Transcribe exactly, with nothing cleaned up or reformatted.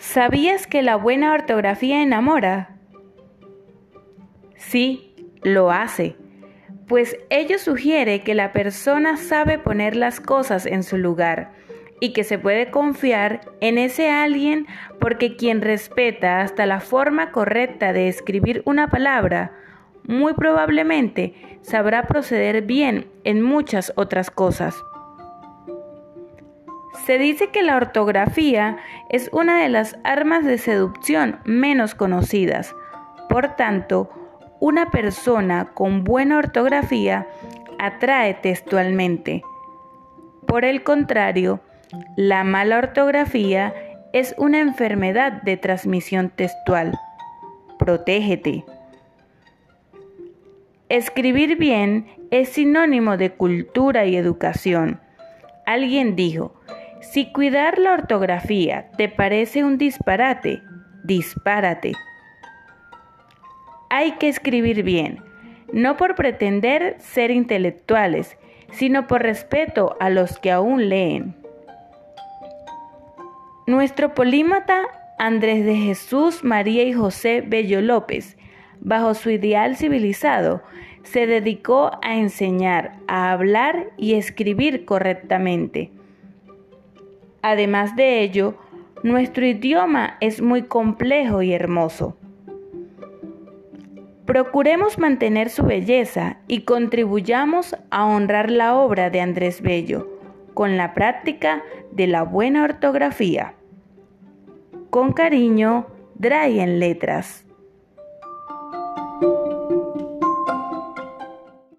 ¿Sabías que la buena ortografía enamora? Sí, lo hace, pues ello sugiere que la persona sabe poner las cosas en su lugar y que se puede confiar en ese alguien porque quien respeta hasta la forma correcta de escribir una palabra, muy probablemente sabrá proceder bien en muchas otras cosas. Se dice que la ortografía es una de las armas de seducción menos conocidas. Por tanto, una persona con buena ortografía atrae textualmente. Por el contrario, la mala ortografía es una enfermedad de transmisión textual. Protégete. Escribir bien es sinónimo de cultura y educación. Alguien dijo: si cuidar la ortografía te parece un disparate, dispárate. Hay que escribir bien, no por pretender ser intelectuales, sino por respeto a los que aún leen. Nuestro polímata Andrés de Jesús María y José Bello López, bajo su ideal civilizado, se dedicó a enseñar a hablar y escribir correctamente. Además de ello, nuestro idioma es muy complejo y hermoso. Procuremos mantener su belleza y contribuyamos a honrar la obra de Andrés Bello con la práctica de la buena ortografía. Con cariño, Dray en Letras.